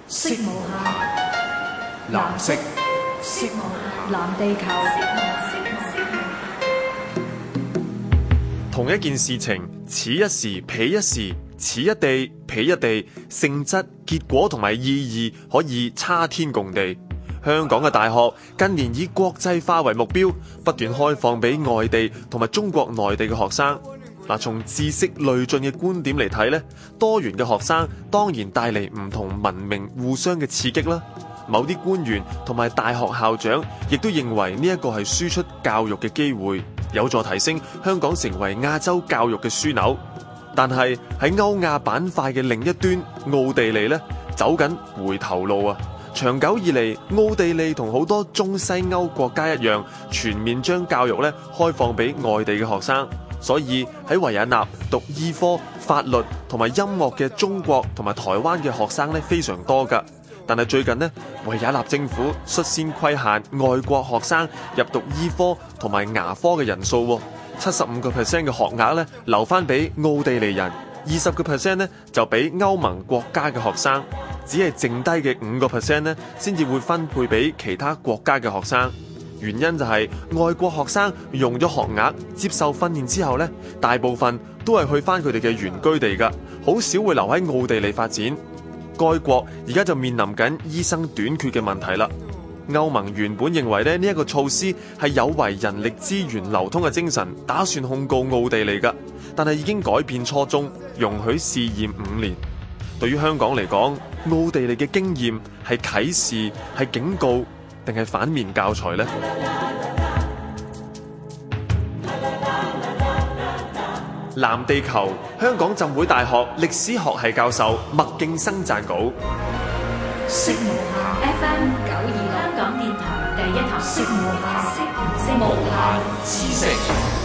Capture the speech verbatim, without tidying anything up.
色無限，藍色，色無限，藍地球。 同一件事情，此一時彼一時，此一地彼一地，性質、結果同埋意義可以差天共地。香港嘅大學近年以國際化為目標，不斷開放俾外地同埋中國內地嘅學生。嗱，從知識累進嘅觀點嚟睇呢，多元嘅學生當然帶嚟唔同文明互相嘅刺激啦。某啲官員同埋大學校長亦都認為呢一個係輸出教育嘅機會，有助提升香港成為亞洲教育嘅樞紐。但係喺歐亞板塊嘅另一端，奧地利呢走緊回頭路啊！長久以嚟，奧地利同好多中西歐國家一樣，全面將教育呢開放俾外地嘅學生。所以喺維也納讀醫科、法律同埋音樂嘅中國同埋台灣嘅學生呢非常多㗎。但係最近呢，維也納政府率先規限外國學生入讀醫科同埋牙科嘅人數，七十五個 percent 嘅學額呢留翻俾奧地利人，二十個 percent 呢就俾歐盟國家嘅學生，只係剩低嘅五個 percent 呢先至會分配俾其他國家嘅學生。原因就係外國學生用咗學額接受訓練之後呢，大部分都係去翻佢哋嘅原居地㗎，好少會留喺奧地利發展。該國而家就面臨緊醫生短缺嘅問題啦。歐盟原本認為咧呢一個措施係有違人力資源流通嘅精神，打算控告奧地利㗎，但係已經改變初衷，容許試驗五年。對於香港嚟講，奧地利嘅經驗係啟示、係警告定係反面教材呢？藍地球，香港浸會大學歷史學系教授麥勁生撰稿。 色無限 F M 九二六香港電台第一台，色無限，色無限知識。